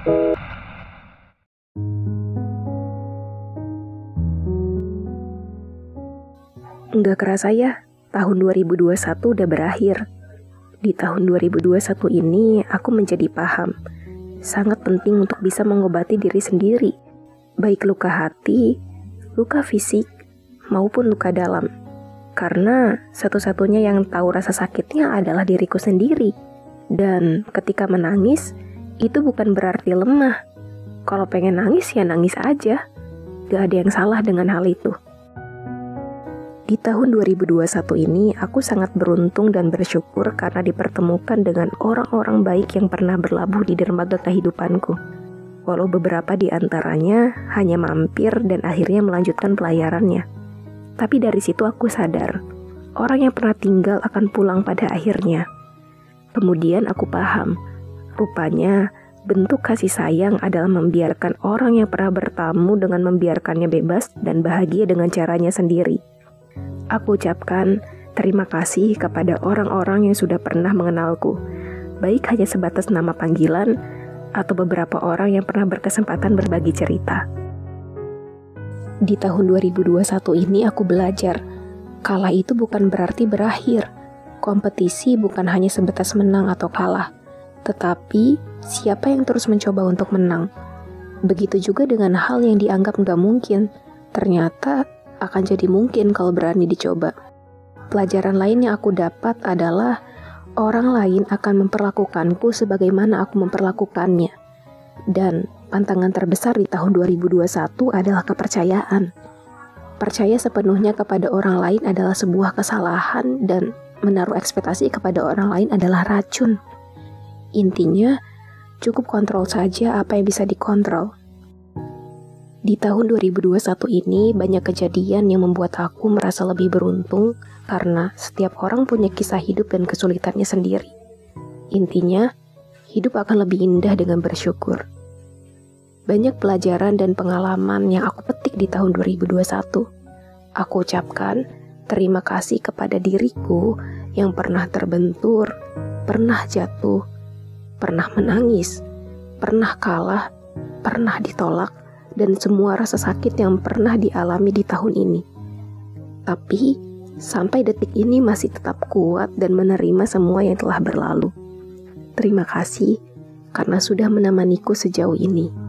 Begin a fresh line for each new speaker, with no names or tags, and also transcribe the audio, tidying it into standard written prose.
Nggak kerasa ya, tahun 2021 udah berakhir. Di tahun 2021 ini, aku menjadi paham. Sangat penting untuk bisa mengobati diri sendiri. Baik luka hati, luka fisik, maupun luka dalam. Karena satu-satunya yang tahu rasa sakitnya adalah diriku sendiri. Dan ketika menangis, itu bukan berarti lemah. Kalau pengen nangis ya nangis aja. Gak ada yang salah dengan hal itu. Di tahun 2021 ini, aku sangat beruntung dan bersyukur karena dipertemukan dengan orang-orang baik yang pernah berlabuh di dermaga kehidupanku. Walau beberapa di antaranya hanya mampir dan akhirnya melanjutkan pelayarannya. Tapi dari situ aku sadar, orang yang pernah tinggal akan pulang pada akhirnya. Kemudian aku paham, rupanya bentuk kasih sayang adalah membiarkan orang yang pernah bertamu dengan membiarkannya bebas dan bahagia dengan caranya sendiri. Aku ucapkan terima kasih kepada orang-orang yang sudah pernah mengenalku, baik hanya sebatas nama panggilan atau beberapa orang yang pernah berkesempatan berbagi cerita. Di tahun 2021 ini aku belajar, kalah itu bukan berarti berakhir. Kompetisi bukan hanya sebatas menang atau kalah, tetapi siapa yang terus mencoba untuk menang. Begitu juga dengan hal yang dianggap nggak mungkin, ternyata akan jadi mungkin kalau berani dicoba. Pelajaran lain yang aku dapat adalah orang lain akan memperlakukanku sebagaimana aku memperlakukannya. Dan tantangan terbesar di tahun 2021 adalah kepercayaan. Percaya sepenuhnya kepada orang lain adalah sebuah kesalahan dan menaruh ekspektasi kepada orang lain adalah racun. Intinya, cukup kontrol saja apa yang bisa dikontrol. Di tahun 2021 ini banyak kejadian yang membuat aku merasa lebih beruntung karena setiap orang punya kisah hidup dan kesulitannya sendiri. Intinya, hidup akan lebih indah dengan bersyukur. Banyak pelajaran dan pengalaman yang aku petik di tahun 2021. Aku ucapkan terima kasih kepada diriku yang pernah terbentur, pernah jatuh, pernah menangis, pernah kalah, pernah ditolak, dan semua rasa sakit yang pernah dialami di tahun ini. Tapi, sampai detik ini masih tetap kuat dan menerima semua yang telah berlalu. Terima kasih, karena sudah menemaniku sejauh ini.